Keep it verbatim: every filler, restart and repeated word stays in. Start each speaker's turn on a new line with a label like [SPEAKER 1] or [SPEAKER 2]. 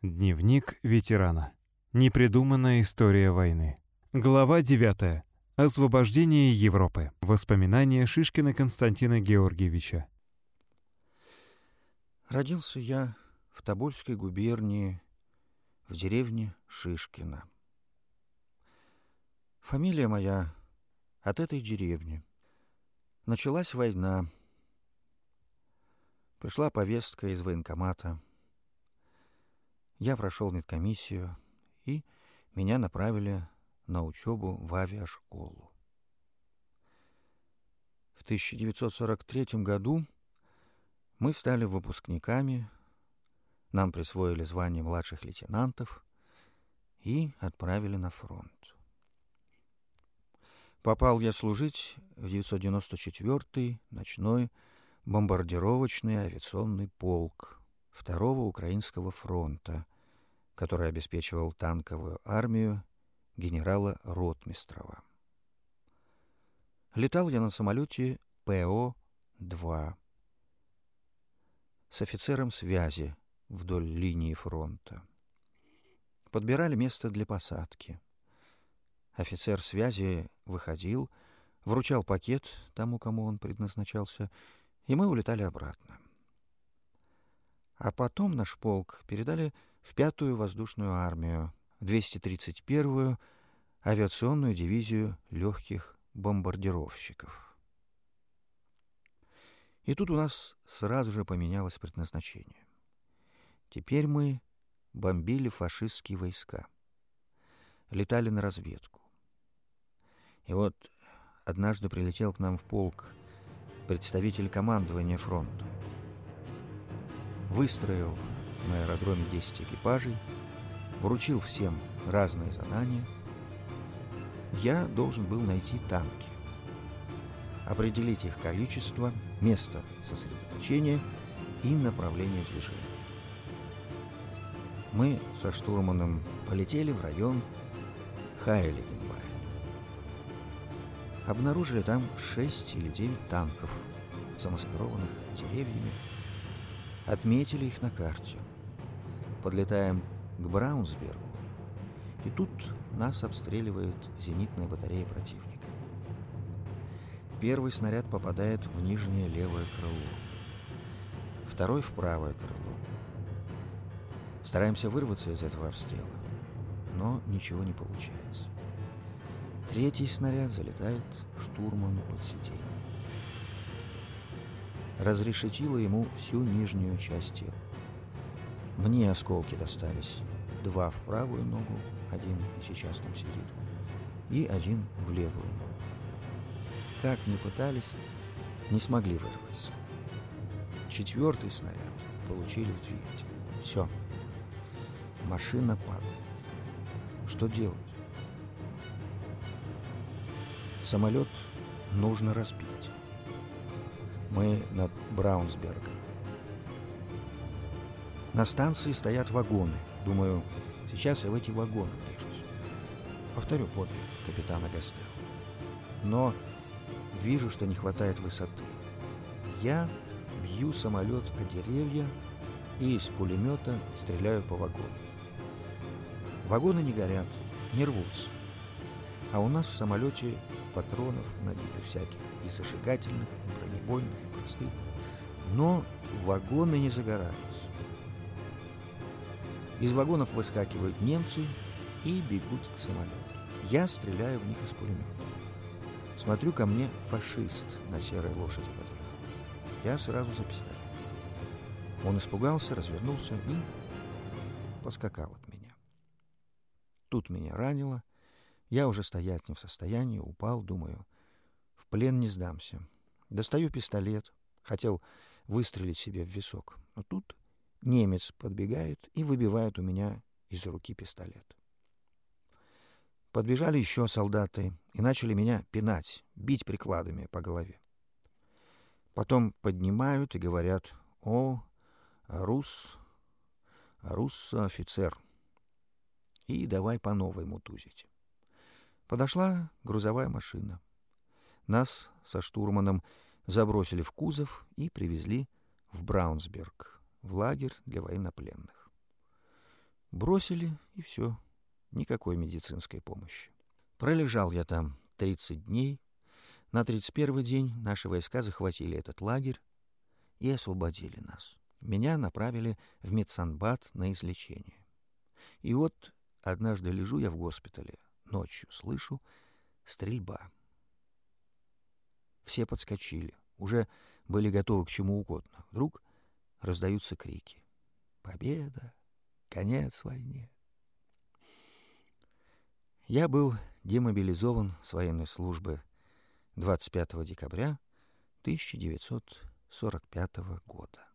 [SPEAKER 1] Дневник ветерана. Непридуманная история войны. Глава девятая. Освобождение Европы. Воспоминания Шишкина Константина Георгиевича.
[SPEAKER 2] Родился я в Тобольской губернии, в деревне Шишкино. Фамилия моя от этой деревни. Началась война. Пришла повестка из военкомата. Я прошел медкомиссию, и меня направили на учебу в авиашколу. В тысяча девятьсот сорок третьем году мы стали выпускниками, нам присвоили звание младших лейтенантов и отправили на фронт. Попал я служить в девятьсот девяносто четвёртый ночной бомбардировочный авиационный полк Второго Украинского фронта, который обеспечивал танковую армию генерала Ротмистрова. Летал я на самолете Пэ О два с офицером связи вдоль линии фронта. Подбирали место для посадки. Офицер связи выходил, вручал пакет тому, кому он предназначался, и мы улетали обратно. А потом наш полк передали в пятую воздушную армию, в двести тридцать первую авиационную дивизию легких бомбардировщиков. И тут у нас сразу же поменялось предназначение. Теперь мы бомбили фашистские войска, летали на разведку. И вот однажды прилетел к нам в полк представитель командования фронта. Выстроил на аэродроме десять экипажей, вручил всем разные задания. Я должен был найти танки, определить их количество, место сосредоточения и направление движения. Мы со штурманом полетели в район Хайлигенбай. Обнаружили там шесть или девять танков, замаскированных деревьями. Отметили их на карте. Подлетаем к Браунсбергу, и тут нас обстреливает зенитная батарея противника. Первый снаряд попадает в нижнее левое крыло, второй в правое крыло. Стараемся вырваться из этого обстрела, но ничего не получается. Третий снаряд залетает штурману под сиденье. Разрешетило ему всю нижнюю часть тела. Мне осколки достались. Два в правую ногу, один и сейчас там сидит, и один в левую ногу. Как ни пытались, не смогли вырваться. Четвертый снаряд получили в двигатель. Все. Машина падает. Что делать? Самолет нужно разбить. Мы над Браунсбергом. На станции стоят вагоны. Думаю, сейчас я в эти вагоны врежусь. Повторю подвиг капитана Гастелло. Но вижу, что не хватает высоты. Я бью самолет о деревья и из пулемета стреляю по вагону. Вагоны не горят, не рвутся. А у нас в самолете патронов набито всяких, и зажигательных, и бронебойных, и простых. Но вагоны не загораются. Из вагонов выскакивают немцы и бегут к самолету. Я стреляю в них из пулемета. Смотрю, ко мне фашист на серой лошади подъехал. Я сразу за пистолет. Он испугался, развернулся и поскакал от меня. Тут меня ранило. Я уже стоять не в состоянии, упал, думаю, в плен не сдамся. Достаю пистолет, хотел выстрелить себе в висок. Но тут немец подбегает и выбивает у меня из руки пистолет. Подбежали еще солдаты и начали меня пинать, бить прикладами по голове. Потом поднимают и говорят: «О, рус, рус офицер». И давай по новой мутузить. Подошла грузовая машина. Нас со штурманом забросили в кузов и привезли в Браунсберг, в лагерь для военнопленных. Бросили, и все. Никакой медицинской помощи. Пролежал я там тридцать дней. На тридцать первый день наши войска захватили этот лагерь и освободили нас. Меня направили в медсанбат на излечение. И вот однажды лежу я в госпитале, ночью слышу стрельба. Все подскочили, уже были готовы к чему угодно. Вдруг раздаются крики: «Победа! Конец войне!» Я был демобилизован с военной службы двадцать пятого декабря тысяча девятьсот сорок пятого года.